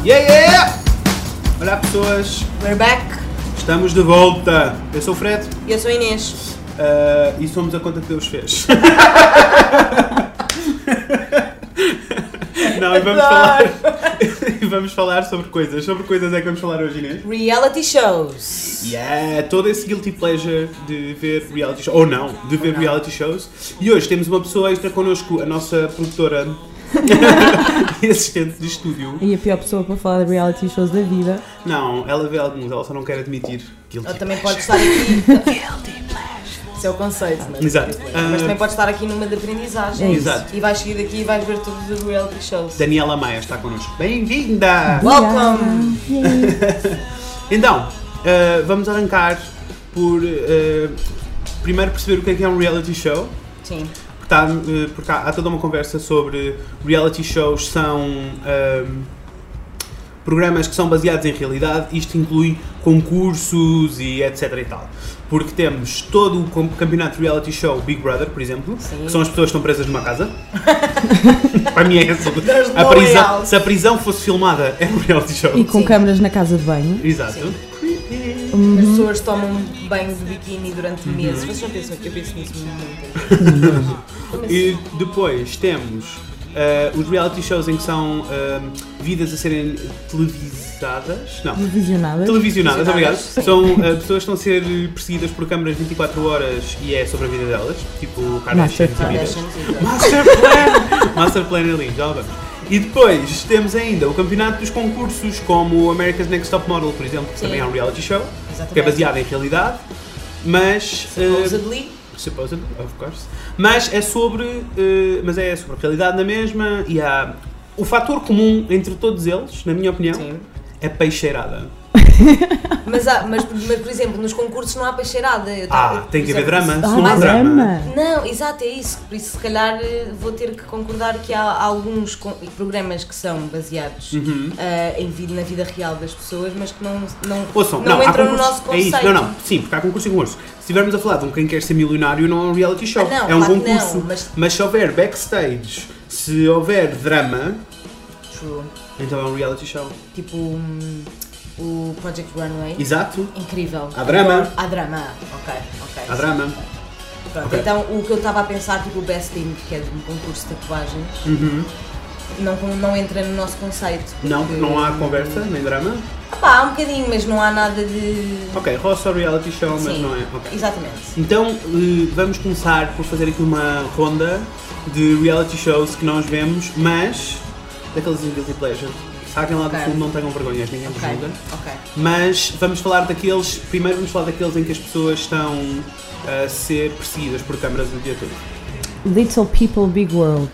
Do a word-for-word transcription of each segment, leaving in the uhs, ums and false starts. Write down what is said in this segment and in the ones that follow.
Yeah, yeah! Olá pessoas, We're back. Estamos de volta. Eu sou o Fred. E eu sou a Inês. Uh, e somos a conta que Deus fez. Não, e vamos falar, e vamos falar sobre coisas. Sobre coisas é que vamos falar hoje, Inês? Reality shows. Yeah, todo esse guilty pleasure de ver reality shows, ou não, de ver reality shows. E hoje temos uma pessoa extra connosco, a nossa produtora e assistente de estúdio. E a pior pessoa para falar de reality shows da vida. Não, ela vê alguns, ela só não quer admitir guilty Ela também pleasure. pode estar aqui. Guilty pleasure. Esse é o conceito, não é? Exato. Mas Uh, também pode estar aqui numa de aprendizagem. É isso. Exato. E vais seguir daqui e vais ver todos os reality shows. Daniela Maia está connosco. Bem-vinda! Welcome! Então, uh, vamos arrancar por uh, primeiro perceber o que é que é um reality show. Sim. Tá, uh, porque há, há toda uma conversa sobre reality shows são um, programas que são baseados em realidade. Isto inclui concursos e etc e tal. Porque temos todo o campeonato de reality show Big Brother, por exemplo, Sim. que são as pessoas que estão presas numa casa. Para mim é essa. There's A no prisão, way out. se a prisão fosse filmada, é um reality show. E com Sim. câmaras na casa de banho. Exato. Sim. Uhum. As pessoas tomam banho de biquíni durante meses. Vocês já pensam que eu penso nisso muito? Como assim? E depois temos uh, os reality shows em que são uh, vidas a serem televisadas. Não. Televisionadas. Televisionadas, obrigado. Sim. São uh, pessoas que estão a ser perseguidas por câmaras vinte e quatro horas e é sobre a vida delas. Tipo Kardashians e vidas. Kardashians, exato. Master Plan! Master Plan ali, já vamos. E depois temos ainda o campeonato dos concursos, como o America's Next Top Model, por exemplo, que Sim. também é um reality show, Exatamente. que é baseado em realidade, mas... uh, Supposedly. Supposedly, of course. Mas é sobre, uh, mas é sobre a realidade na mesma e há... O fator comum entre todos eles, na minha opinião, Sim. é peixeirada. Mas, há, mas, mas, por exemplo, nos concursos não há peixeirada. Eu Ah, tava- tem por que haver exemplo, drama. Ah, Se não há drama... Não, exato, é isso. Por isso, se calhar, eh, vou ter que concordar que há alguns co- programas que são baseados Uhum. eh, em vida, na vida real das pessoas, mas que não, não, Ouçam, não, não, há entram no concursos- nosso conceito. É isso, não, não, sim, porque há concurso e concurso. Se estivermos a falar de um Quem Quer Ser Milionário, não é um reality show, Ah, não, é um claro que concurso. não, mas- mas se houver backstage, se houver drama, True. então é um reality show. Tipo hum, o Project Runway. Exato, Incrível. Há drama. Há drama, ok, ok. há drama. Pronto, Ok. então o que eu estava a pensar, tipo o Best Thing, que é de um concurso de tatuagens, Uhum. não, não entra no nosso conceito. Não, porque- não há conversa, nem drama. Ah pá, há um bocadinho, mas não há nada de... Ok, rola só reality show, mas Sim, não é. Ok. exatamente. Então eh, vamos começar por fazer aqui uma ronda de reality shows que nós vemos, mas daqueles em guilty pleasure. Se alguém lá do Ok. fundo não tenham vergonha, ninguém vos Ok, julga. ok. Mas vamos falar daqueles, primeiro vamos falar daqueles em que as pessoas estão a ser perseguidas por câmaras o dia todo. Little People Big World.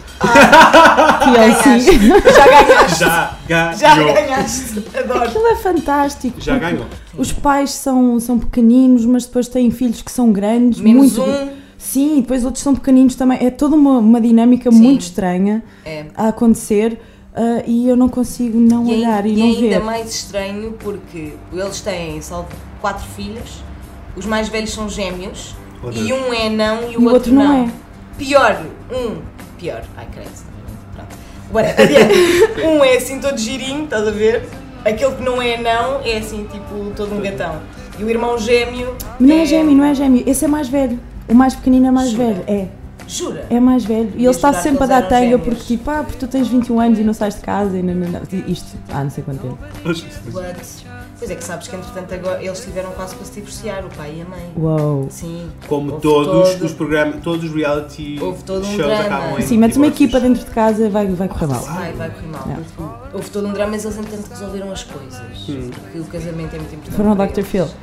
Ah, T L C. Ganhaste. Já ganhaste. Já ganhou! Já ganhaste. Adoro. Aquilo é fantástico. Já porque ganhou! Os pais são, são pequeninos, mas depois têm filhos que são grandes. Menos muito... um. Sim, e depois outros são pequeninos também. É toda uma, uma dinâmica Sim. muito estranha É. a acontecer uh, e eu não consigo não E, olhar é- e, e não é ainda ver. mais estranho porque eles têm salvo quatro filhos, os mais velhos são gêmeos, Oh, e Deus. um é não e o, E o outro não é. Pior, um, pior, ai credo, pronto. Whatever, adiante. Um é assim todo girinho, estás a ver? Aquele que não é não é assim tipo todo um gatão. E o irmão gêmeo. Não é gêmeo, não é gêmeo. Esse é mais velho. O mais pequenino é mais Jura? velho. É. Jura? É mais velho. E Ia ele está jurar que sempre a eles dar eram telha gêmeos. porque tipo, ah, porque tu tens vinte e um anos e não sais de casa e não, não, não. Isto, ah, não sei quanto tempo. What? Pois é que sabes que entretanto agora eles tiveram quase para se divorciar, o pai e a mãe. Uou. Sim. Como Houve todos todo- os programas, todos os reality Houve todo um shows drama. acabam em Sim, mas uma divórcios. equipa dentro de casa vai, vai correr mal. Vai, vai correr mal. Yeah. Houve todo um drama, mas eles entretanto resolveram as coisas. Hum. Porque o casamento é muito importante. Foram ao para doutor Phil.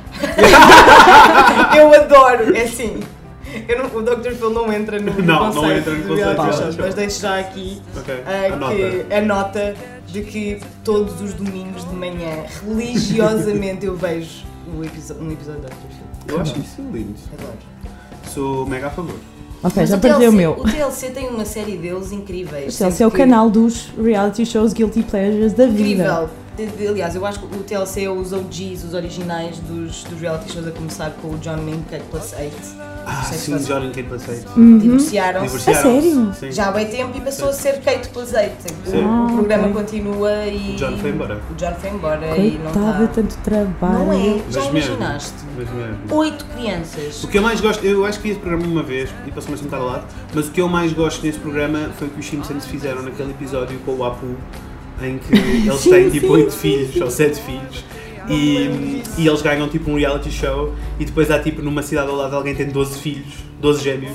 eles. Eu adoro, é assim. Eu não, o doutor Phil não entra no, no Não, não conceito entra no do conceito reality de show, reality show. mas deixo já aqui Ok, ah, anota. que a nota de que todos os domingos de manhã, religiosamente, eu vejo um episódio, um episódio do doutor Phil. Eu acho isso lindo. Adoro. Sou mega a favor. Ok, Mas já o perdi T L C o meu. O T L C tem uma série deles incríveis. Esse é sendo o que- canal dos reality shows Guilty Pleasures da vida. Incrível. de, de, aliás, eu acho que o T L C é os O Gs, os originais dos, dos reality shows, a começar com o John Ming, Kate Plus oito. Ah, sei se sim, vocês- John e Kate Plus eight. Uhum. Divorciaram-se. Divorciaram-se, sério? sim. Já há bem tempo e passou a ser Kate Plus oito. O, Sim. o programa Ah, ok. continua e. O John foi embora. O John foi embora e não Coitada, está. tanto trabalho. Não é? Já Mas mesmo, imaginaste? mas mesmo. Oito crianças. O que eu mais gosto, eu acho que vi esse programa uma vez e passou-me assim um bocado ao lado, mas o que eu mais gosto nesse programa foi o que os Simpsons fizeram naquele episódio com o Apu, em que eles Sim, têm tipo sim, oito sim. filhos ou sete filhos e, e eles ganham tipo um reality show e depois há tipo numa cidade ao lado alguém tem doze filhos, doze gêmeos.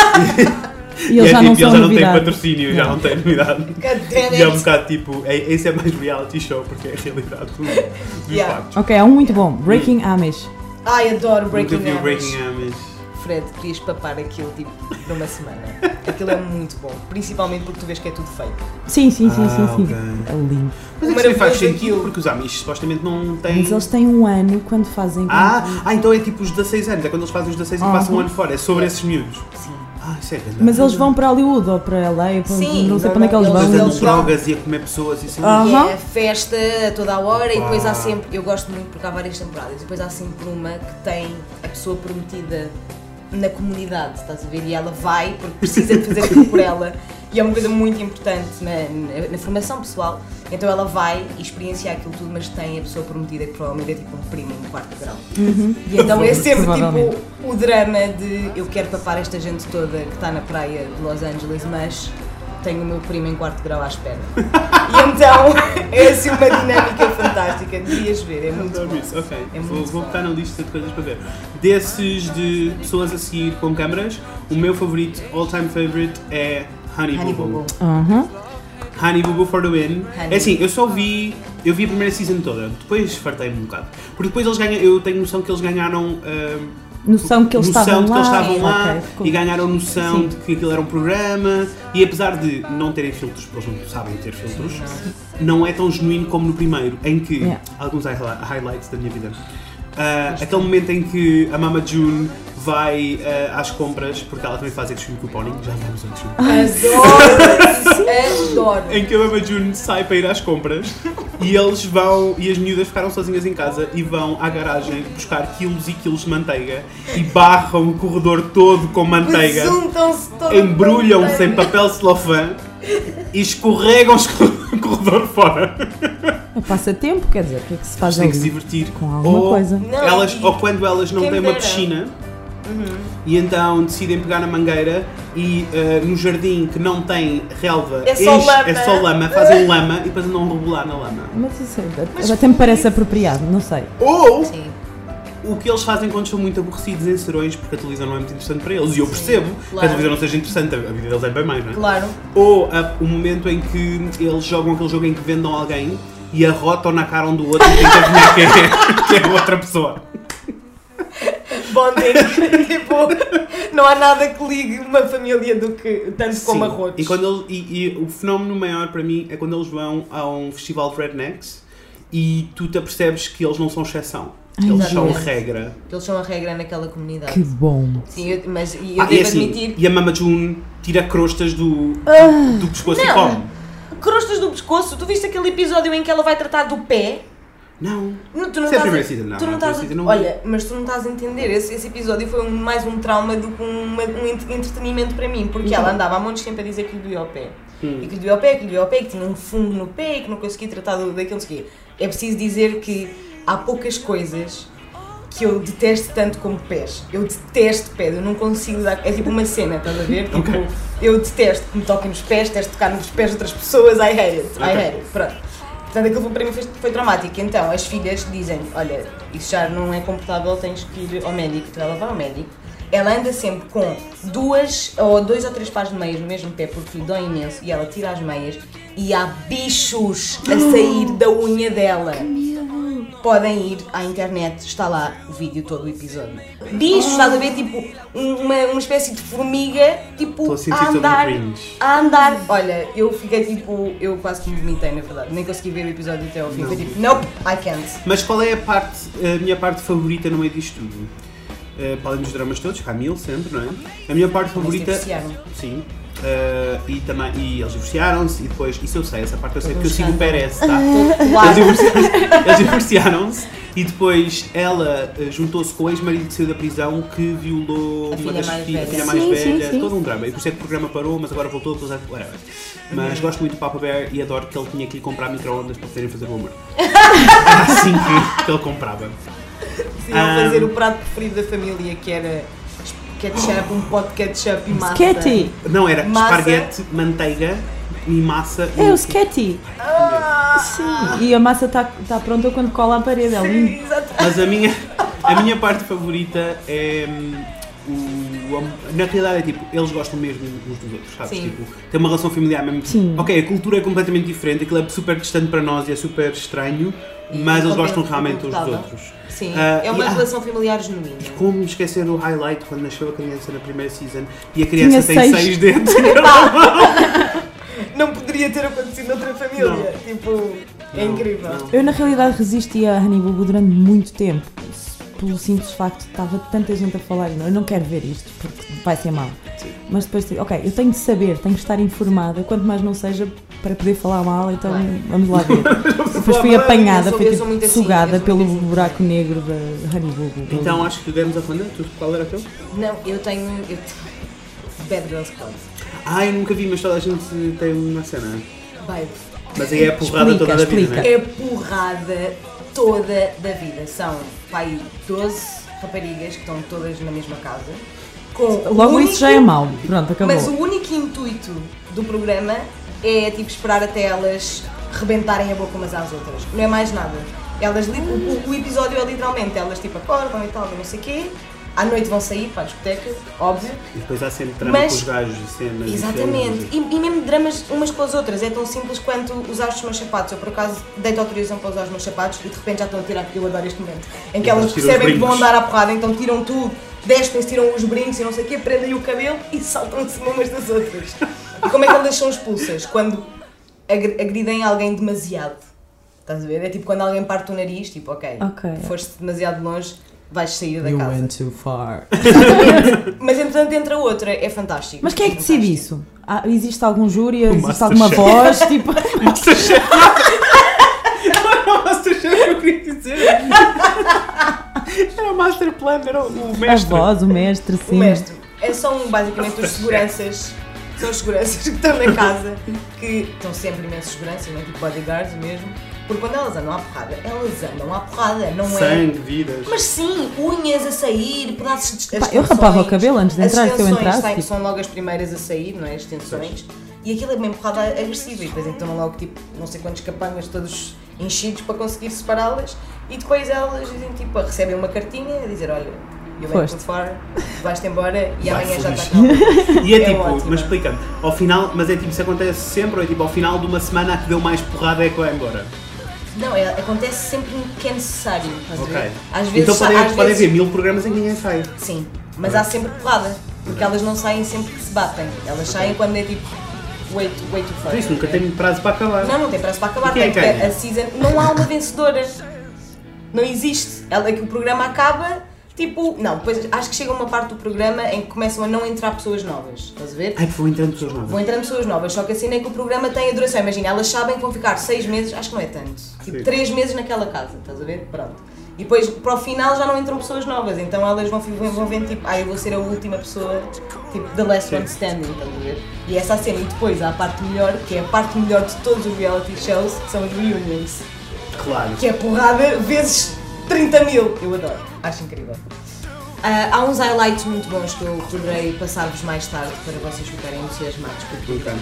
E eles é, já tipo, não eles são já não têm novidade. patrocínio, já Não. não têm novidade. God damn E é um it. bocado tipo, é, esse é mais reality show porque é a realidade do- dos Yeah. factos. Ok, há um muito bom. Breaking Amish. Ai, adoro Breaking Nunca vi o Amish. Breaking Amish. Fred, querias papar aquilo tipo numa semana. Aquilo é muito bom, principalmente porque tu vês que é tudo fake. Sim, sim, sim, Ah, sim, sim. ok. É lindo. Mas é que Maravilhoso isso faz sentido aquilo. porque os Amish supostamente não têm... Mas eles têm um ano quando fazem. Ah, ah, então é tipo os dezasseis anos, é quando eles fazem os dezasseis e Aham. passam um ano fora, é sobre Yeah. esses miúdos. Sim. Ah, isso é grande. Mas eles vão para Hollywood ou para L A, para, Sim, não sei não, para onde é que eles não, vão. Mas eles- andam drogas e a comer pessoas e assim. Ah. E Aham. é festa a toda a hora e depois há Uau. sempre, eu gosto muito porque há várias temporadas, e depois há sempre uma que tem a pessoa prometida na comunidade, estás a ver? E ela vai porque precisa de fazer aquilo por ela e é uma coisa muito importante na, na, na formação pessoal. Então ela vai e experiencia aquilo tudo, mas tem a pessoa prometida que provavelmente é tipo um primo em quarto grau. Uhum. E então é sempre Provavelmente. tipo o drama de eu quero papar esta gente toda que está na praia de Los Angeles, mas tenho o meu primo em quarto grau à espera. E então é assim uma dinâmica fantástica, devias ver, é muito Adoro bom. isso, ok. É vou muito vou bom. botar na lista de coisas para ver. Desses de pessoas a seguir com câmaras, o meu favorito, all time favorite, é Honey, Honey Boo Boo Boo. Boo. Aham. Honey Boo Boo for the win. Honey. É assim, eu só vi, eu vi a primeira season toda, depois fartei-me um bocado. Porque depois eles ganham, eu tenho noção que eles ganharam ah, Noção que eles noção estavam de que eles lá. estavam lá Ok, ficou- e ganharam noção Sim. de que aquilo era um programa e apesar de não terem filtros, porque eles não sabem ter filtros, não é tão genuíno como no primeiro, em que, Yeah. alguns highli- highlights da minha vida, Ah, aquele momento em que a Mama June vai ah, às compras, porque ela também faz extreme couponing, já vamos ao extreme. Adoro! Adoro! Em que a Mama June sai para ir às compras e eles vão, e as miúdas ficaram sozinhas em casa e vão à garagem buscar quilos e quilos de manteiga e barram o corredor todo com manteiga, Juntam-se todas. embrulham-se em papel celofã e escorregam o corredor fora. É passatempo, quer dizer, o que é que se faz Tem que se ali? divertir. Com alguma ou, coisa. Não, elas, e ou quando elas não quem têm uma dera. piscina e então decidem pegar na mangueira e ah, no jardim que não tem relva, É só enche- lama. é só lama, fazem lama e depois andam a rebolar na lama. Mas isso é- Mas até me parece apropriado, não sei. Ou Sim. o que eles fazem quando estão muito aborrecidos em serões porque a televisão não é muito interessante para eles. E eu percebo que claro. a televisão não seja interessante, a vida deles é bem mais, não é? Claro. Ou ah, o momento em que eles jogam aquele jogo em que vendam alguém e arrotam na cara um do outro e tentam adivinhar quem é, quem é a outra pessoa. Bonding. Tipo, não há nada que ligue uma família do que tanto como Sim. arrotos. E, quando ele, e, e o fenómeno maior para mim é quando eles vão a um festival de rednecks e tu te apercebes que eles não são exceção. Eles são Exatamente. regra. Eles são a regra naquela comunidade. Que bom. Sim, eu, mas e eu Ah, e, devo assim, admitir. e a Mama June tira crostas do, Ah. do pescoço e Não. come. Crostas do pescoço, tu viste aquele episódio em que ela vai tratar do pé? Não. Não, tu não Isso é a estás primeira a- season, não, tu não, não a primeira estás a- season não vi. Olha, mas tu não estás a entender. Esse, esse episódio foi um- mais um trauma do que um, uma- um ent- entretenimento para mim, porque ela andava há montes de tempo a dizer que lhe doía ao pé. Hum. E que lhe doía ao pé, que lhe doía ao pé, que tinha um fungo no pé e que não conseguia tratar do- daquilo que quê. É preciso dizer que há poucas coisas que eu detesto tanto como pés. Eu detesto pés, eu não consigo dar. É tipo uma cena, estás a ver? Tipo, Ok. eu detesto que me toquem nos pés, detesto tocar nos pés de outras pessoas, I hate it, I Ok. hate it. Pronto. Portanto, aquilo para mim foi, foi traumático. Então, as filhas dizem: olha, isso já não é confortável, tens que ir ao médico. Então, ela vai ao médico. Ela anda sempre com duas ou dois ou três pares de meias no mesmo pé porque lhe dói imenso e ela tira as meias e há bichos a sair da unha dela. Podem ir à internet, está lá o vídeo todo o episódio. Bichos, estás a ver? Tipo, um- uma, uma espécie de formiga, tipo, Estou a sentir a todo um andar, cringe. a andar. Olha, eu fiquei tipo, eu quase que me vomitei na verdade, nem consegui ver o episódio até ao fim. Foi tipo, nope, I can't. Mas qual é a parte, a minha parte favorita no meio disto tudo? Uh, para além dos dramas todos, Camille sempre, não é? A minha parte Mas favorita, divorciaram. sim, Uh, e, também, e eles divorciaram-se e depois, isso eu sei, essa parte eu sei Todo porque eu sigo o escândalo. Pérez, tá? Claro. Eles divorciaram-se, eles divorciaram-se e depois ela uh, juntou-se com o ex-marido que saiu da prisão que violou A uma filha das mais filhas, a velha. filha mais Sim, sim, velha, sim. todo um drama. E por isso é que o programa parou, mas agora voltou, depois whatever. Mas gosto muito do Papa Bear e adoro que ele tinha que lhe comprar micro-ondas para poderem fazer o amor. Era assim que, que ele comprava. Sim, Ah. fazer o prato preferido da família, que era ketchup, um pote de ketchup e massa. Sketty! Não, era Massa. esparguete, manteiga e massa. É e- o Sketty! Ah, Sim! E a massa está tá pronta quando cola à parede, é lindo. sim, exato. Mas a minha, a minha parte favorita é hum, o, o- na realidade é tipo, eles gostam mesmo uns dos outros, sabes? Sim. Tipo, tem uma relação familiar mesmo. Sim. Ok, a cultura é completamente diferente, aquilo é super distante para nós e é super estranho, E mas eles completamente gostam realmente uns dos confortável. outros. Sim, Ah, é uma e- ah. relação familiar genuína. Como esquecer o highlight quando nasceu a criança na primeira season e a criança Tinha tem seis. seis dedos. Não poderia ter acontecido noutra família. Não. Tipo, é Não, incrível. não. Eu na realidade resisti a Honey Boo Boo durante muito tempo, pelo simples facto de estava tanta gente a falar, não, eu não quero ver isto porque vai ser mal. Sim. Mas depois, ok, eu tenho de saber, tenho de estar informada, quanto mais não seja para poder falar mal, então Claro. vamos lá ver. Depois fui mal, apanhada, eu sou- fui eu tipo, sou muito assim, sugada eu sou pelo muito assim. buraco negro da Honey Boo Boo. Então acho que demos a Fanda, tu qual era o teu? Não, eu tenho. Eu... Bad Girls Club. Ah, eu nunca vi, mas toda a gente tem uma cena. Babe. Mas aí é a porrada Explica, toda da vida, explica. não é? É porrada toda da vida. São, pai, doze raparigas que estão todas na mesma casa. Com o Logo único- isso já é mau. Pronto, acabou. Mas o único intuito do programa é tipo esperar até elas rebentarem a boca umas às outras. Não é mais nada. Elas, li- o, o episódio é literalmente, elas tipo acordam e tal, e não sei o quê. À noite vão sair para a discoteca, óbvio. E depois há sempre trama Mas- com os gajos e cenas. Exatamente. E filmes. E, e mesmo dramas umas com as outras. É tão simples quanto usar os meus sapatos. Eu por acaso deito autorização para usar os meus sapatos e de repente já estão a tirar. Eu adoro este momento. Em que E elas elas tiram percebem os que vão brincos. andar à porrada, então tiram tudo, despem-se, tiram os brincos e não sei o quê, prendem o cabelo e saltam de cima umas das outras. E como é que elas são expulsas? Quando agr- agridem alguém demasiado. Estás a ver? É tipo quando alguém parte o nariz, tipo, ok, Ok. foste demasiado longe, vais sair da You casa. went too far. Exatamente. Mas entretanto entra outra, é fantástico. Mas quem é que decide isso? Ah, existe algum júri? Existe Masterchef. alguma voz? Tipo, Masterchef! Não, Masterchef eu queria dizer. Era o Master Plan, era o o a mestre. voz, o mestre, O sim. mestre. É, são basicamente os seguranças. São os seguranças que estão na casa, que estão sempre imensos seguranças, não é? Tipo bodyguards mesmo. Porque quando elas andam à porrada, elas andam à porrada, não é? Sangue, vidas. Mas sim, unhas a sair, pedaços de Pá, eu rapava o cabelo antes de as entrar, se eu extensões entrasse, saem- tipo- são logo as primeiras a sair, não é? As extensões. E aquilo é mesmo porrada agressiva. E depois então logo tipo, não sei quantos capangas todos enchidos para conseguir separá-las. E depois elas dizem tipo, recebem uma cartinha a dizer, olha, eu venho Foste. por fora, vais-te embora e Vai, amanhã já foste. está cá. E é, É tipo, ótimo. mas explicando, ao final, mas é tipo, isso acontece sempre ou é tipo, ao final de uma semana a que deu mais porrada é que vai embora? Não, é, acontece sempre que é necessário. Estás a Ok. ver? Às vezes, Então podem, às podem vezes, haver mil programas em que ninguém sai. Sim, mas há sempre porrada. Porque elas não saem sempre que se batem. Elas saem quando é tipo, wait, wait to Por fight. isso nunca tenho prazo para acabar. Não, não tem prazo para acabar. E quem é Tem que que- ganha? a season, não há uma vencedora. Não existe. Ela, é que o programa acaba, tipo, não, depois acho que chega uma parte do programa em que começam a não entrar pessoas novas. Estás a ver? Ai, vou entrando pessoas novas. Vão entrando pessoas novas, só que a cena é que o programa tem a duração. Imagina, elas sabem que vão ficar seis meses, acho que não é tanto, tipo Sim. três meses naquela casa, estás a ver? Pronto. E depois, para o final, já não entram pessoas novas, então elas vão, vão, vão ver tipo, ah, eu vou ser a última pessoa, tipo, the last one standing, estás a ver? E essa é a cena. E depois há a parte melhor, que é a parte melhor de todos os reality shows, que são os reunions. Claro. Que é porrada vezes trinta mil. Eu adoro, acho incrível. Ah, há uns highlights muito bons que eu poderei passar-vos mais tarde para vocês ficarem entusiasmados com o programa.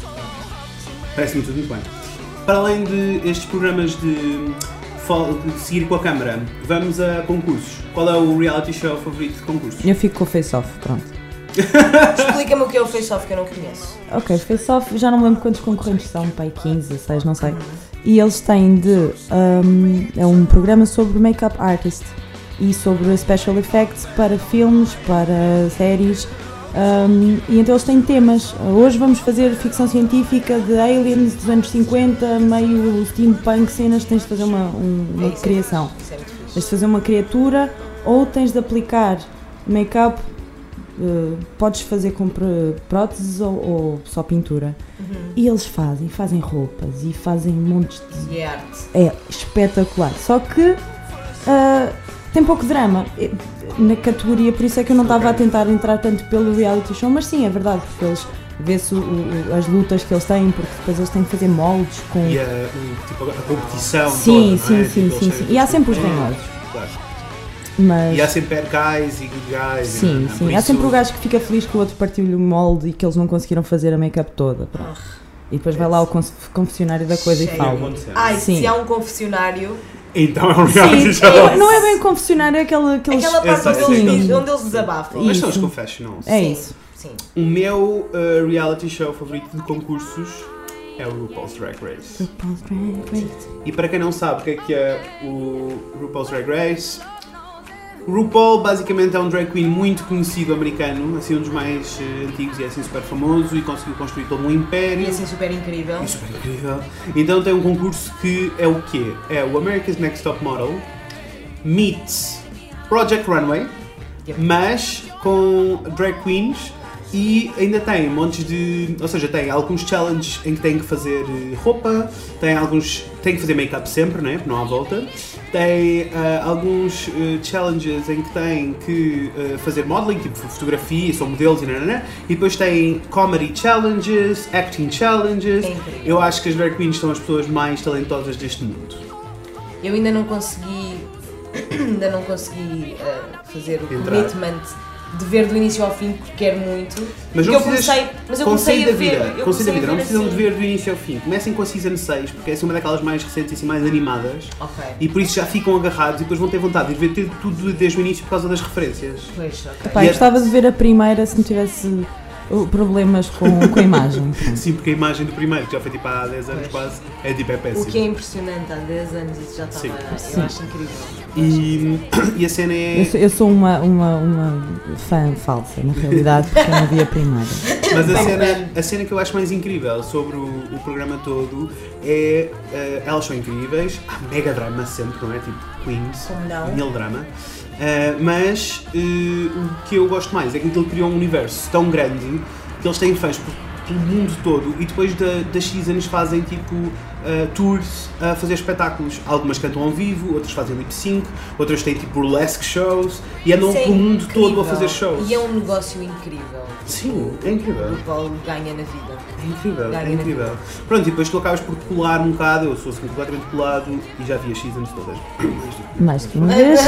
Parece-me tudo muito bem. Para além de estes programas de, fo- de seguir com a câmara, vamos a concursos. Qual é o reality show favorito de concursos? Eu fico com o face-off, pronto. Explica-me o que é o face-off que eu não conheço. Ok, face-off, já não me lembro quantos concorrentes são, pai, quinze, dezesseis, não sei. E eles têm de. Um, é um programa sobre make-up artist e sobre special effects para filmes, para séries. Um, e então eles têm temas. Hoje vamos fazer ficção científica de aliens dos anos cinquenta, meio steampunk, cenas. Tens de fazer uma, um- uma Isso é- criação. Isso é muito fixe. Tens de fazer uma criatura ou tens de aplicar make-up uh, podes fazer com pr- próteses ou, ou só pintura. Uhum. E eles fazem, fazem roupas e fazem montes de... E é arte. É espetacular. Só que uh, tem pouco drama na categoria, por isso é que eu não estava Ok. a tentar entrar tanto pelo reality show, mas sim, é verdade, porque eles vê-se o, o, as lutas que eles têm, porque depois eles têm que fazer moldes com... E a, o, tipo, a competição Sim, toda, sim, não é? sim, Tipo, sim, eles sim. têm- E há sempre os ganhosos. Claro. Mas... E há sempre bad guys e good guys. Sim, e, sim. Há sempre o gajo que fica feliz que o outro partiu-lhe o molde e que eles não conseguiram fazer a make-up toda. Pronto. E depois vai lá ao conf- confessionário da coisa Cheio. e fala. Acontecer. Ai, Sim. se há um confessionário, Então é um reality Sim, show. é- não é bem o confessionário, é aquela, aqueles... aquela parte onde Sim. eles, diz- onde eles desabafam. Mas são os Isso. confessionals. É Sim, isso. Sim. O meu uh, reality show favorito de concursos é o RuPaul's Drag Race. RuPaul's Drag Race. E para quem não sabe o que é que é o RuPaul's Drag Race, o RuPaul basicamente é um drag queen muito conhecido americano, assim um dos mais uh, antigos e é assim super famoso e conseguiu construir todo um império. E assim super incrível. É super incrível. Então tem um concurso que é o quê? É o America's Next Top Model meets Project Runway, Yep. mas com drag queens e ainda tem montes de... Ou seja, tem alguns challenges em que tem que fazer eh, roupa, tem alguns... tem que fazer make-up sempre, né? Porque não há volta. Tem ah, alguns eh, challenges em que tem que eh, fazer modeling, tipo fotografia, são modelos e nananã. E depois tem comedy challenges, acting challenges. É incrível. Eu acho que as drag queens são as pessoas mais talentosas deste mundo. Eu ainda não consegui, ainda não consegui uh, fazer o Entrar. commitment de ver do início ao fim porque quero muito. Mas Porque não eu precisas- comecei, mas eu Conselho comecei da a ver. vida, eu conselho da vida, não comecei a precisam ver de ver do início ao fim. Comecem com a Season seis, porque essa é uma daquelas mais recentes e mais animadas. Ok. E por isso já ficam agarrados e depois vão ter vontade de ver ter tudo desde o início por causa das referências. Pois, ok. Pá, E eu é- gostava de ver a primeira se não tivesse uh, problemas com, com a imagem. Sim, porque a imagem do primeiro, que já foi tipo há dez anos Pois. quase, é tipo é O péssimo. que é impressionante há dez anos isso já estava. Sim. Sim. Eu acho incrível. E, e a cena é. Eu sou, eu sou uma, uma, uma fã falsa, na realidade, porque eu não vi a primeira. Mas a Bem, cena, a cena que eu acho mais incrível sobre o, o programa todo é. eh, elas são incríveis, há mega drama sempre, não é? Tipo Queens, Como não? mil drama. Eh, mas eh, o que eu gosto mais é que ele criou um universo tão grande que eles têm fãs por, pelo mundo todo e depois da, das seasons fazem tipo eh, tours a fazer espetáculos. Algumas cantam ao vivo, outras fazem lip sync, outras têm tipo burlesque shows e andam Isso é pelo mundo todo a incrível. fazer shows. E é um negócio incrível. Sim, é incrível. O Paulo ganha na vida. É incrível, Ganha é na incrível. Pronto, e depois tu acabas por colar um bocado, eu sou assim completamente colado e já vi as seasons todas. Mais que uma vez.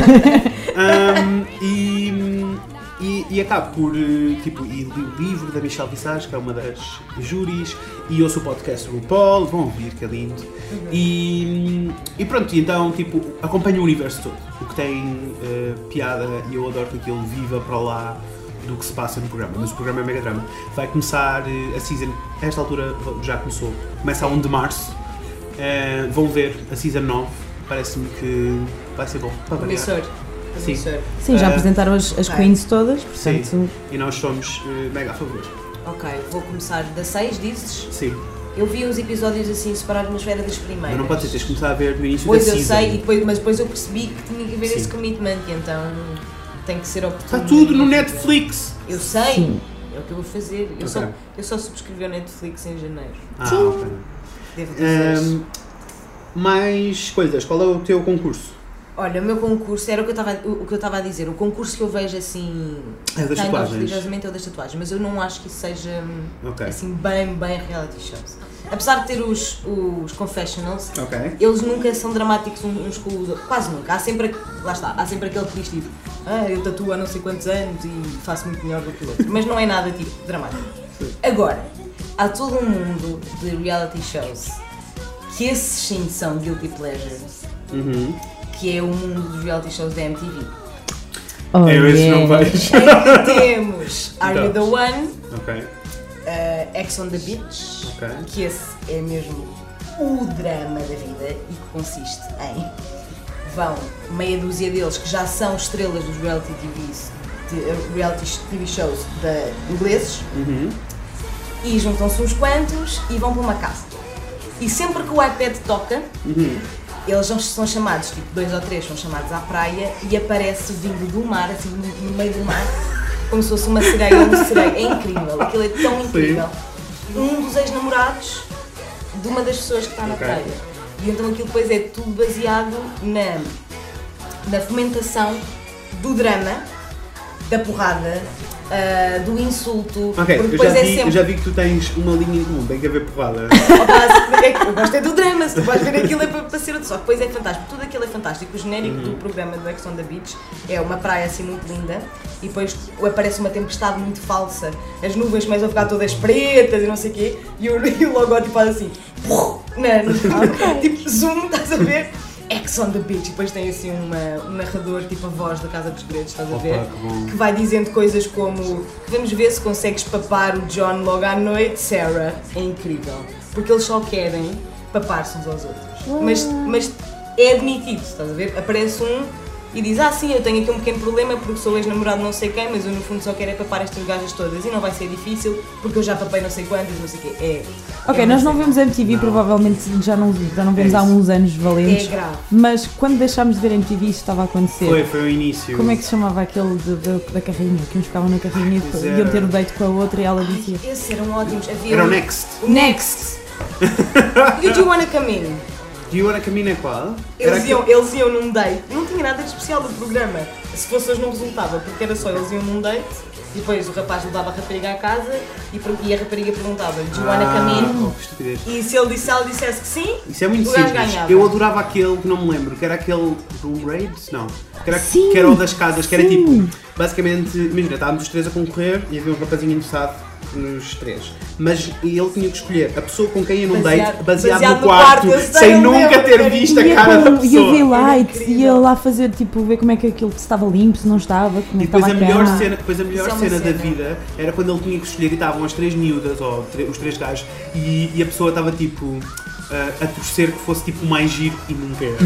Um, e, e, e acabo por, eh, tipo, e li o livro da Michelle Visage, que é uma das júris, e ouço o podcast do RuPaul, vão ouvir, que é lindo. E, e pronto, e então, tipo, acompanho o universo todo, o que tem eh, piada, e eu adoro que aquilo viva para lá do que se passa no programa, mas o programa é mega drama. Vai começar eh, a season, a esta altura já começou, começa a um de março, eh, vão ver a season nove, parece-me que vai ser bom, para variar. Promissor. Sim. Promissor. Sim, já Ah, apresentaram as, as ok. queens todas, Sim. portanto... E nós somos eh, mega a favor. Ok, vou começar da seis, dizes? Sim. Eu vi uns episódios assim separados, mas era das primeiras. Mas não pode ser, tens de começar a ver no início Pois da eu season. sei, e depois, mas depois eu percebi que tinha que haver Sim. esse commitment, e então tem que ser oportuno. Está tudo no Netflix! Eu sei, Sim. é o que eu vou fazer. Eu, Ok. só, eu só subscrevi o Netflix em janeiro. Ah, ok. Devo dizer. Ahm, mais coisas, qual é o teu concurso? Olha, o meu concurso era o que eu estava o, o que eu estava a dizer. O concurso que eu vejo assim. É das kind of tatuagens. religiosamente é o das tatuagens, mas eu não acho que isso seja Ok. assim bem, bem reality shows. Apesar de ter os, os confessionals, Ok. eles nunca são dramáticos uns com os outros, quase nunca. Há sempre, lá está, há sempre aquele que diz tipo, ah, eu tatuo há não sei quantos anos e faço muito melhor do que o outro, mas não é nada tipo dramático. Agora, há todo um mundo de reality shows que esses sim são guilty pleasures, Uhum. que é o mundo dos reality shows da M T V. Oh, eu esse yeah. não vejo. Em que temos Are You The Então. One, Ok. uh, Ex on the Beach, Ok. que esse é mesmo o drama da vida e que consiste em vão meia dúzia deles que já são estrelas dos reality T Vs, de, uh, reality T V shows de ingleses, Uhum. e juntam-se uns quantos e vão para uma casa. E sempre que o iPad toca, Uhum. eles são, são chamados, tipo dois ou três são chamados à praia e aparece vindo do mar, assim no, no meio do mar, como se fosse uma sereia ou um sereio. É incrível, aquilo é tão incrível. Um dos ex-namorados de uma das pessoas que está na Ok. praia. E então aquilo depois é tudo baseado na, na fomentação do drama, da porrada, uh, do insulto. Ok, porque eu depois já, é vi, sempre. eu já vi que tu tens uma linha em comum, tem que haver porrada. Opa, é que eu gosto é do drama, se tu vais ver aquilo é para, para ser outro. Só que depois é fantástico, tudo aquilo é fantástico. O genérico do programa do Ex on the Beach é uma praia assim muito linda e depois aparece uma tempestade muito falsa, as nuvens começam a ficar todas pretas e não sei o quê, e o, e o logótipo faz assim, na, no, tipo zoom, estás a ver? Ex on the Beach, e depois tem assim uma, um narrador, tipo a voz da Casa dos Segredos, estás a ver? Opa, que bom. Que vai dizendo coisas como vamos ver se consegues papar o John logo à noite, Sarah. É incrível, porque eles só querem papar-se uns aos outros, mas, mas é admitido, estás a ver? Aparece um e diz, ah sim, eu tenho aqui um pequeno problema porque sou ex-namorado não sei quem, mas eu no fundo só quero é papar estas gajas todas e não vai ser difícil porque eu já papei não sei quantas, não sei o quê. É, Ok, é nós não uma vemos M T V, Não. provavelmente já não, já não vemos É há isso. uns anos cena- valentes, É grave. mas quando deixámos de ver M T V isto estava a acontecer. Foi, foi o início. Como é que se chamava aquele de, de- da carrinha? Que uns ficavam na carrinha e Pois depois era. iam ter o date com a outra e ela dizia Esses eram ótimos. Havia Era o um- Next. O Next! You do wanna come in? E o Ana Camina é qual? Eles Era iam, aquele- eles iam num date, não tinha nada de especial do programa. Se fosse hoje não resultava, porque era só eles iam num date e depois o rapaz levava a rapariga à casa e, per- e a rapariga perguntava do you wanna come in? Ah, oh, que estupidez. E se ele disse, ela dissesse que sim, Isso é muito o gajo simples. ganhava. Eu adorava aquele que não me lembro, que era aquele Room Raids? Não. Que era, Sim, que era o das casas, que era sim. tipo, basicamente, imagina, estávamos os três a concorrer e havia um rapazinho interessado nos três. Mas ele tinha que escolher a pessoa com quem ia num Baseado- date, baseado, baseado no no quarto, quarto, eu sei, sem eu nunca lembro, ter era visto a ia cara da com U V pessoa. light, incrível. ia lá fazer, tipo, ver como é que aquilo se estava limpo, se não estava, como é E que depois estava a a melhor cama. cena, depois a melhor Isso é uma cena da cena. vida era quando ele tinha que escolher e estavam as três miúdas, ou tre- os três gajos, e, e a pessoa estava tipo a, a torcer que fosse tipo o mais giro e nunca era.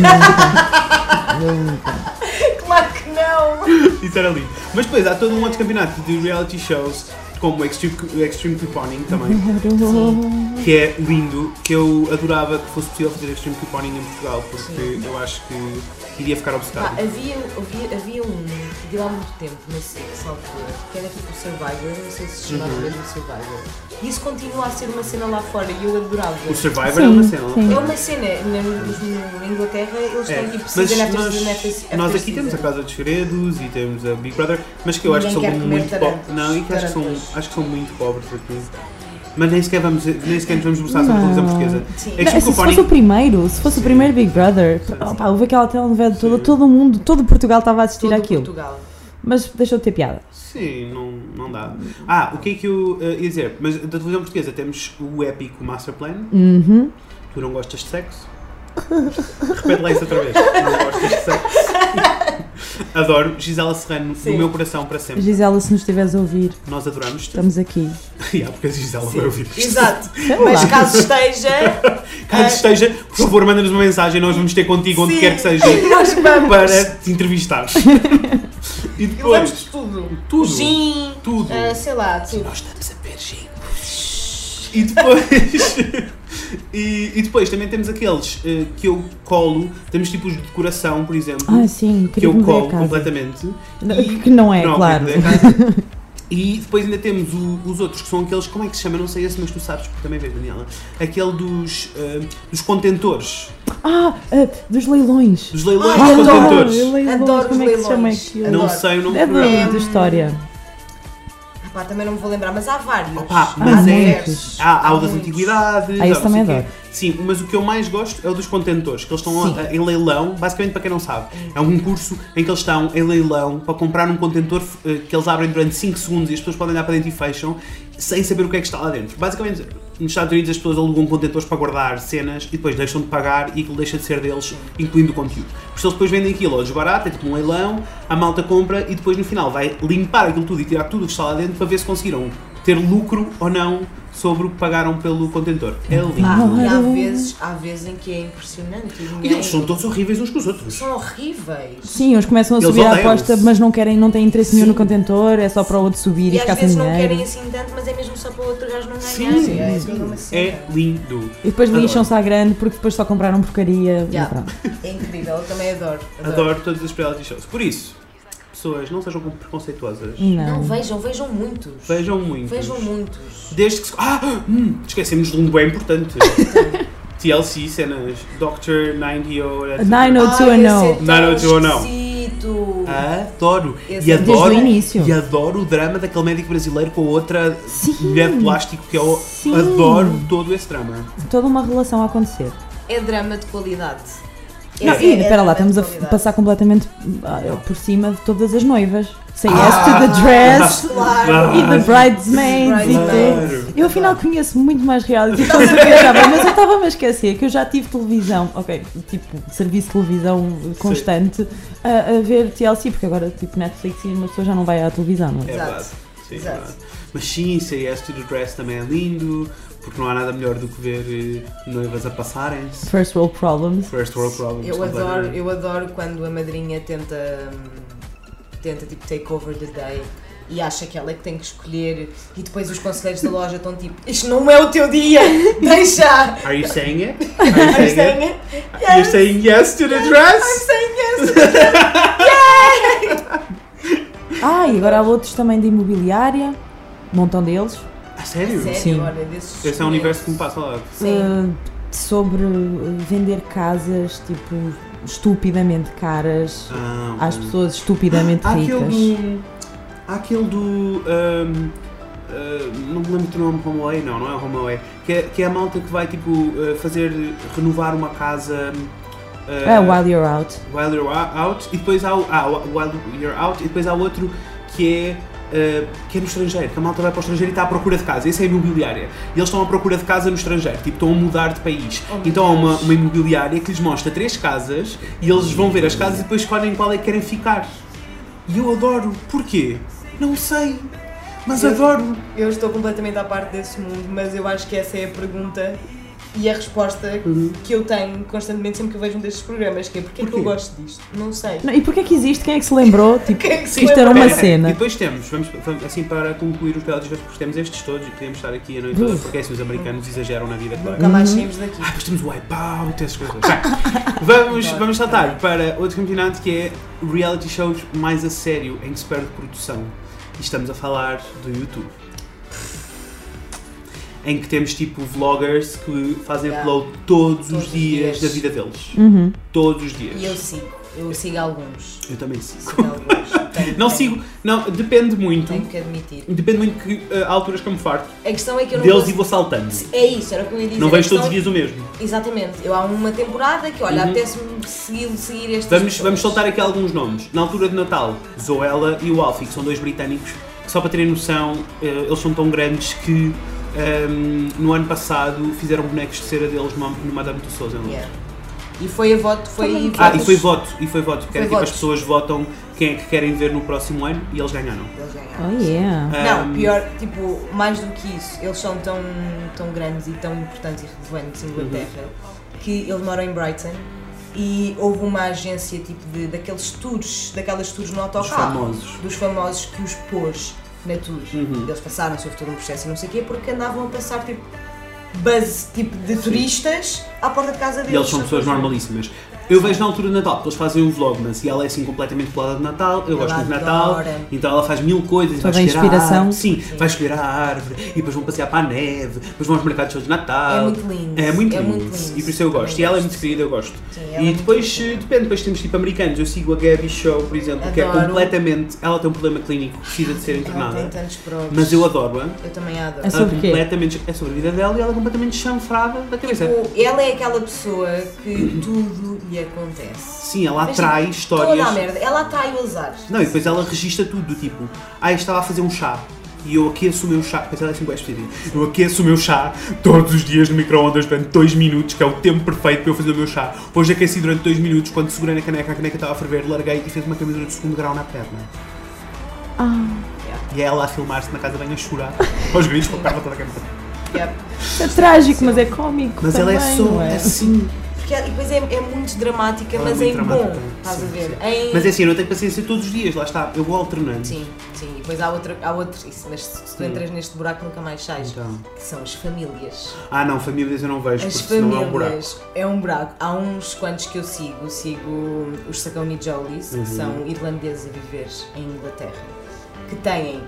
claro que não! Isso era lindo. Mas depois há todo um outro campeonato de reality shows, como o Extreme, o Extreme Couponing também, que é lindo, que eu adorava que fosse possível fazer Extreme Couponing em Portugal, porque eu acho que iria ficar Pá, obcecado. havia, havia, havia um que vi há muito tempo na SIC, salvo erro, que era tipo o Survivor, não sei se se chamava Uhum. mesmo Survivor. E isso continua a ser uma cena lá fora e eu adorava. O Survivor Sim, é uma cena. sim. É uma cena, na, no- na Inglaterra eles É, têm tipo mas season after nós, season after season. nós aqui temos a Casa dos Segredos e temos a Big Brother, mas que eu acho que são Ninguém quer comer muito pobres. tarantos. Não, e que acho que, são, Tarantos. acho que são muito pobres aqui. Mas nem sequer vamos, nem sequer nos vamos debruçar sobre a televisão Não. portuguesa. Sim. Extreme Não, se fosse o Couponing, primeiro, se fosse o primeiro Big Brother, opa, houve aquela telenovela toda, Sim. todo mundo, todo Portugal estava a assistir Todo àquilo. Portugal. Mas deixou de ter piada. sim, não, não dá. Ah, o que é que eu uh, ia dizer? Mas da televisão portuguesa temos o épico Master Plan. Uhum. Tu não gostas de sexo? Repete lá isso outra vez. Não gostas de sexo? Adoro Gisela Serrano Sim. no meu coração para sempre. Gisela, se nos estiveres a ouvir, Nós adoramos-te. estamos aqui. Yeah, porque a Gisela vai ouvir isto. Exato. Sei Mas lá. caso esteja. Caso ah, esteja, por favor, manda-nos uma mensagem, nós vamos ter contigo onde sim, quer que seja Nós vamos. para te entrevistar. E E depois, levamos tudo. Tudo. Gin. tudo. ah, sei lá, tudo. Nós estamos a ver gin. E depois, e, e depois também temos aqueles eh, que eu colo, temos tipos de decoração, por exemplo, Ah, sim, que queria eu mudar a colo casa. completamente. Que não é, Não, claro. é casa. E depois ainda temos o- os outros que são aqueles, como é que se chama? Não sei esse, mas tu sabes, porque também vês, Daniela. Aquele dos, eh, dos contentores, Ah, ah, dos leilões. dos leilões Ai, dos adoro. contentores. leilões, Adoro os como é que se chama leilões. aquilo? Não Adoro. sei o nome É do, correto. da história. Ah, pá, também não me vou lembrar, mas há vários. Opa, Há mas é. muitos. Há, há o das muitos. antiguidades. Ah, esse há não também sei o adoro. quê. Sim, mas o que eu mais gosto é o dos contentores, que eles estão Sim. a- em leilão, basicamente para quem não sabe. É um concurso em que eles estão em leilão para comprar um contentor eh, que eles abrem durante cinco segundos e as pessoas podem olhar para dentro e fecham, sem saber o que é que está lá dentro. Basicamente, nos Estados Unidos as pessoas alugam contentores para guardar cenas e depois deixam de pagar e aquilo deixa de ser deles, incluindo o conteúdo. Porque eles depois vendem aquilo ao desbarato, é tipo um leilão, a malta compra e depois no final vai limpar aquilo tudo e tirar tudo o que está lá dentro para ver se conseguiram ter lucro ou não sobre o que pagaram pelo contentor. É lindo. Ah, e há vezes, há vezes em que é impressionante. o E dinheiro. eles são todos horríveis uns com os outros. São horríveis. Sim, uns começam a Eles subir a odeiam-se. aposta, mas não querem, não têm interesse nenhum Sim. no contentor, é só para o outro subir e, E ficar às sem vezes não dinheiro. querem assim tanto, mas é mesmo só para o outro gajo não ganhar. Sim, é, sim. toda uma cena. É lindo. E depois Adoro. lixam-se à grande porque depois só compraram porcaria. e Yeah. pronto. É incrível, eu também adoro. Adoro todas as reality shows. Por isso, pessoas, não sejam preconceituosas. Não. Não, vejam, vejam muitos. Vejam muitos. Vejam muitos. Desde que se... Ah! Hum, esquecemos de um bem importante. T L C, cenas. doutor noventa ou... nine oh two one oh. nine oh two one oh. Esquisito. Adoro. Esse E é adoro, desde o início. e adoro o drama daquele médico brasileiro com a outra Sim. mulher de plástico que eu Sim. adoro todo esse drama. Toda uma relação a acontecer. É drama de qualidade. Não, Esse e é espera lá, drama estamos de a qualidade. passar completamente ah, por cima de todas as noivas. Say yes Ah! to the dress Claro. e the bridesmaids e Bridesmaids. tudo. Eu afinal conheço muito mais reality shows do que eu achava, mas eu estava-me a esquecer que eu já tive televisão, ok, tipo, serviço de televisão constante a, a ver T L C, porque agora tipo Netflix e uma pessoa já não vai à televisão, não é? É Exato. verdade. Sim, é Exato. verdade. Mas sim, Say Yes to the Dress também é lindo, porque não há nada melhor do que ver eh, noivas a passarem-se. First World Problems. First World Problems. Eu adoro, completamente. eu adoro quando a madrinha tenta, hum, tenta tipo take over the day e acha que ela é que tem que escolher e depois os conselheiros da loja estão tipo, isto não é o teu dia, deixa! Are you saying it? Are you I'm saying saying it? it. You're Yes, saying yes to the I'm dress? saying yes! Ah, e agora há outros também de imobiliária, um montão deles. A sério? Sério, Sim. olha, desses Esse é um universo que me passa lá. Sim. Uh, sobre uh, vender casas tipo estupidamente caras Ah, às ok. pessoas estupidamente Há ricas. aquele do. Há aquele do. um, uh, não me lembro do nome, HomeAway, não, não é HomeAway. Que é, que é a malta que vai tipo uh, fazer. renovar uma casa. Uh, Ah, While You're Out. While You're Out. E depois há o. Ah, While You're Out. E depois há outro que é. Uh, que é no estrangeiro, que a malta vai para o estrangeiro e está à procura de casa. Esse é a imobiliária. E eles estão à procura de casa no estrangeiro, tipo, estão a mudar de país. Oh, então há uma, Deus. uma imobiliária que lhes mostra três casas e eles vão ver as casas e depois escolhem qual é que querem ficar. E eu adoro. Porquê? Não sei. Mas Eu- adoro. Eu estou completamente à parte desse mundo, mas eu acho que essa é a pergunta e a resposta Uhum. que eu tenho constantemente sempre que eu vejo um destes programas, que é porque é que Porquê? eu gosto disto? Não sei. Não, e porquê que existe? Quem é que se lembrou? Tipo, Quem é que se que isto era lembrou? uma Espera, cena. E depois temos, vamos, vamos, assim para concluir os reality shows, porque temos estes todos e podemos estar aqui a noite toda, Uf. porque assim os americanos exageram na vida, claro. Nunca mais saímos daqui. Ah, depois temos o Wipeout, essas coisas. Bem, vamos, vamos saltar para outro campeonato que é reality shows mais a sério, em que se perde produção. E estamos a falar do YouTube. Em que temos tipo vloggers que fazem Yeah. upload todos, Todos os os dias dias. da vida deles. Uhum. Todos os dias. E eu sigo, eu sigo alguns. Eu também sigo. Sigo alguns. Tenho- Não tenho- sigo, não, depende muito. Tenho que admitir. Depende muito que uh, há alturas que eu me farto A questão é que eu não deles gosto- e vou saltando. É isso, era o que eu ia dizer. Não A vejo todos questão- os dias o mesmo. Exatamente. Eu há uma temporada que, olha, Uhum. apetece-me seguir, seguir estes. Vamos, vamos soltar aqui alguns nomes. Na altura de Natal, Zoella e o Alfie, que são dois britânicos, que só para terem noção, uh, eles são tão grandes que um, no ano passado fizeram bonecos de cera deles numa, no Madame Tussauds em Londres. Yeah. E foi a voto, foi. Ah, e votos- foi voto, e foi voto, porque Foi era tipo as votos. pessoas votam quem é que querem ver no próximo ano e eles ganharam. Eles ganharam. Oh yeah. Não, Um, pior, tipo, mais do que isso, eles são tão, tão grandes e tão importantes e relevantes em Inglaterra que eles moram em Brighton e houve uma agência tipo de, daqueles tours, daquelas tours no Os autocarro, famosos. dos famosos que os pôs na tour. Uhum. Eles passaram-se, houve todo um processo e não sei o quê, porque andavam a passar tipo buzz tipo de turistas à porta de casa deles. E eles são pessoas normalíssimas. Eu vejo na altura de Natal, porque eles fazem um vlogmas e ela é assim completamente pelada de Natal, eu Ela gosto muito de Natal, adora. então ela faz mil coisas, vai Toda a escolher a inspiração. árvore, sim, vai escolher a árvore e depois vão passear para a neve, depois vão aos mercados shows de Natal. É muito lindo. É muito É lindo. muito lindo. E por isso eu gosto. Também E ela é gosto. muito querida, eu gosto. Sim, ela é E muito depois, querida. eh, depende, depois temos tipo americanos. Eu sigo a Gabby Show, por exemplo, que é Adoro. completamente. Ela tem um problema clínico, precisa de ser Ela tem internada. tantos pros. Mas eu adoro-a. Eu também a adoro. É sobre Ela quê? completamente. É sobre a vida dela e ela é completamente chanfrada da cabeça. Tipo, ela é aquela pessoa que tudo lhe acontece. Sim, ela Mas, atrai tipo, histórias. Toda a merda. Ela atrai o azar. Não, e depois ela registra tudo, do tipo, ah, eu estava a fazer um chá e eu aqueço o meu chá, depois ela é assim bem específica, eu aqueço o meu chá todos os dias no micro-ondas durante dois minutos, que é o tempo perfeito para eu fazer o meu chá. Hoje aqueci durante dois minutos, quando segurei na caneca, a caneca estava a ferver, larguei e fez uma queimadura de segundo grau na perna. Ah, E é ela a filmar-se na casa bem a chorar, aos gritos, com a perna toda queimada. Yep. é trágico, mas é cómico. Mas também, ela é só não é? assim, Porque é, e depois é, é muito dramática, Ela é mas muito em dramática, bom, estás sim, a ver? sim. Em... Mas é assim, eu não tenho paciência todos os dias, lá está, eu vou alternando. Sim, sim, e depois há outra, há outro, isso, mas se, se tu Hum. entras neste buraco nunca mais sais, Então. que são as famílias. Ah não, famílias eu não vejo, As porque senão é um buraco. famílias é um buraco. Há uns quantos que eu sigo, sigo os Saccone Jolies, Uhum. que são irlandeses a viver em Inglaterra, que têm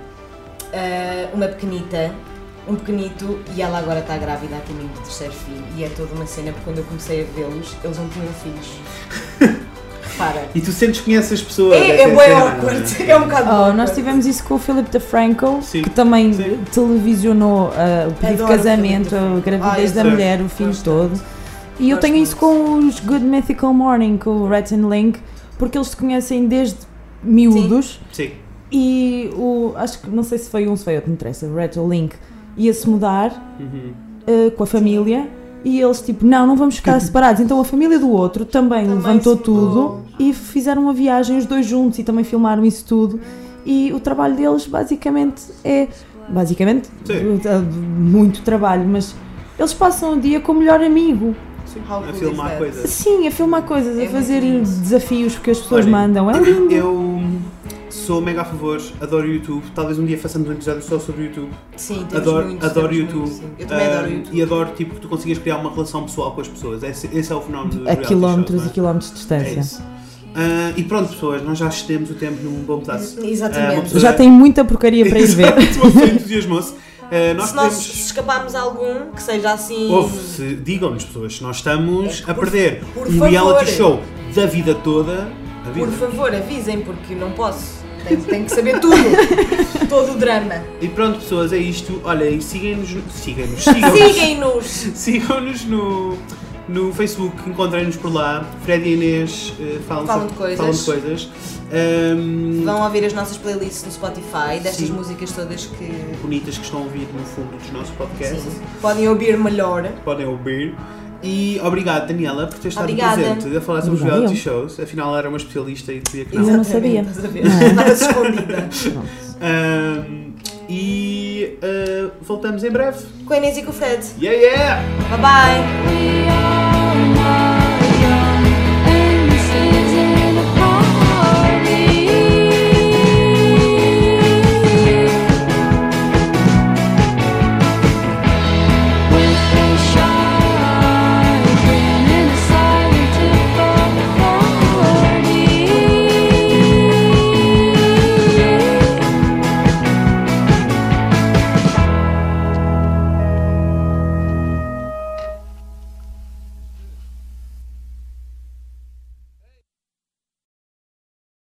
ah, uma pequenita, um pequenito, e ela agora está grávida a caminho do terceiro filho, e é toda uma cena, porque quando eu comecei a vê-los, eles não tinham filhos. Repara. E tu sentes que conheces as pessoas. É, essa é bem a cena, awkward, não é um bocado Oh, awkward. nós tivemos isso com o Philip DeFranco, Sim. que também Sim. televisionou uh, o pedido de Adoro o casamento, Philip a DeFranco. gravidez Ah, da eu sei. mulher, o filho Gosto todo. muito. E eu Gosto tenho muito. isso com os Good Mythical Morning, com o Rhett and Link, porque eles se conhecem desde miúdos. Sim. E o, acho que, não sei se foi um, se foi outro, não interessa, o Rhett ou Link ia-se mudar Uhum. uh, com a família. E eles tipo, não, não vamos ficar separados. Então a família do outro também, Também levantou se mudou. tudo e fizeram uma viagem os dois juntos e também filmaram isso tudo. E o trabalho deles basicamente é, basicamente, Sim. uh, muito trabalho, mas eles passam o dia com o melhor amigo. Sim. How A cool filmar is that? coisas. Sim, a filmar coisas, É a fazer muito lindo. desafios que as pessoas Olha, mandam. É lindo. Eu sou mega a favor, adoro o YouTube. Talvez um dia façamos um episódio só sobre o YouTube. Sim, temos Adoro, muitos, adoro temos YouTube. muitos, sim. Eu também Ah, adoro o YouTube. E adoro tipo, que tu consigas criar uma relação pessoal com as pessoas. Esse, esse é o fenómeno do A reality quilómetros shows, e quilómetros de não é? É distância. isso. Ah, e pronto, pessoas, nós já estemos o tempo num bom pedaço. Ah, uma Exatamente. pessoa- Já tem muita porcaria para ir ver. Exato, você entusiasmou-se. Ah, nós Se nós podemos. escaparmos algum que seja assim. Ouve, se, digam-nos, pessoas, se nós estamos É que a por- perder por um favor. reality show da vida toda. A vida. Por favor, avisem, porque não posso. Tenho, tenho que saber tudo. Todo o drama. E pronto, pessoas, é isto. Olhem, sigam-nos. Sigam-nos. Sigam-nos. Sigam-nos! Sigam-nos no, no Facebook, encontrem-nos por lá. Fred e Inês eh, falam, Falam sobre- de coisas. falam de coisas. Ahm, Vão ouvir as nossas playlists no Spotify, destas Sim. músicas todas que bonitas que estão a ouvir no fundo dos nossos podcasts. sim, podem ouvir melhor. Podem ouvir. E obrigado, Daniela, por ter estado Obrigada. presente a falar sobre os Obrigada reality eu. shows. Afinal, era uma especialista e sabia que Eu não. não sabia. Estás a ver? Estava-se escondida. Pronto. Ahm, e ah, voltamos em breve. Com a Inês e com o Fred. Yeah, yeah! Bye bye! We are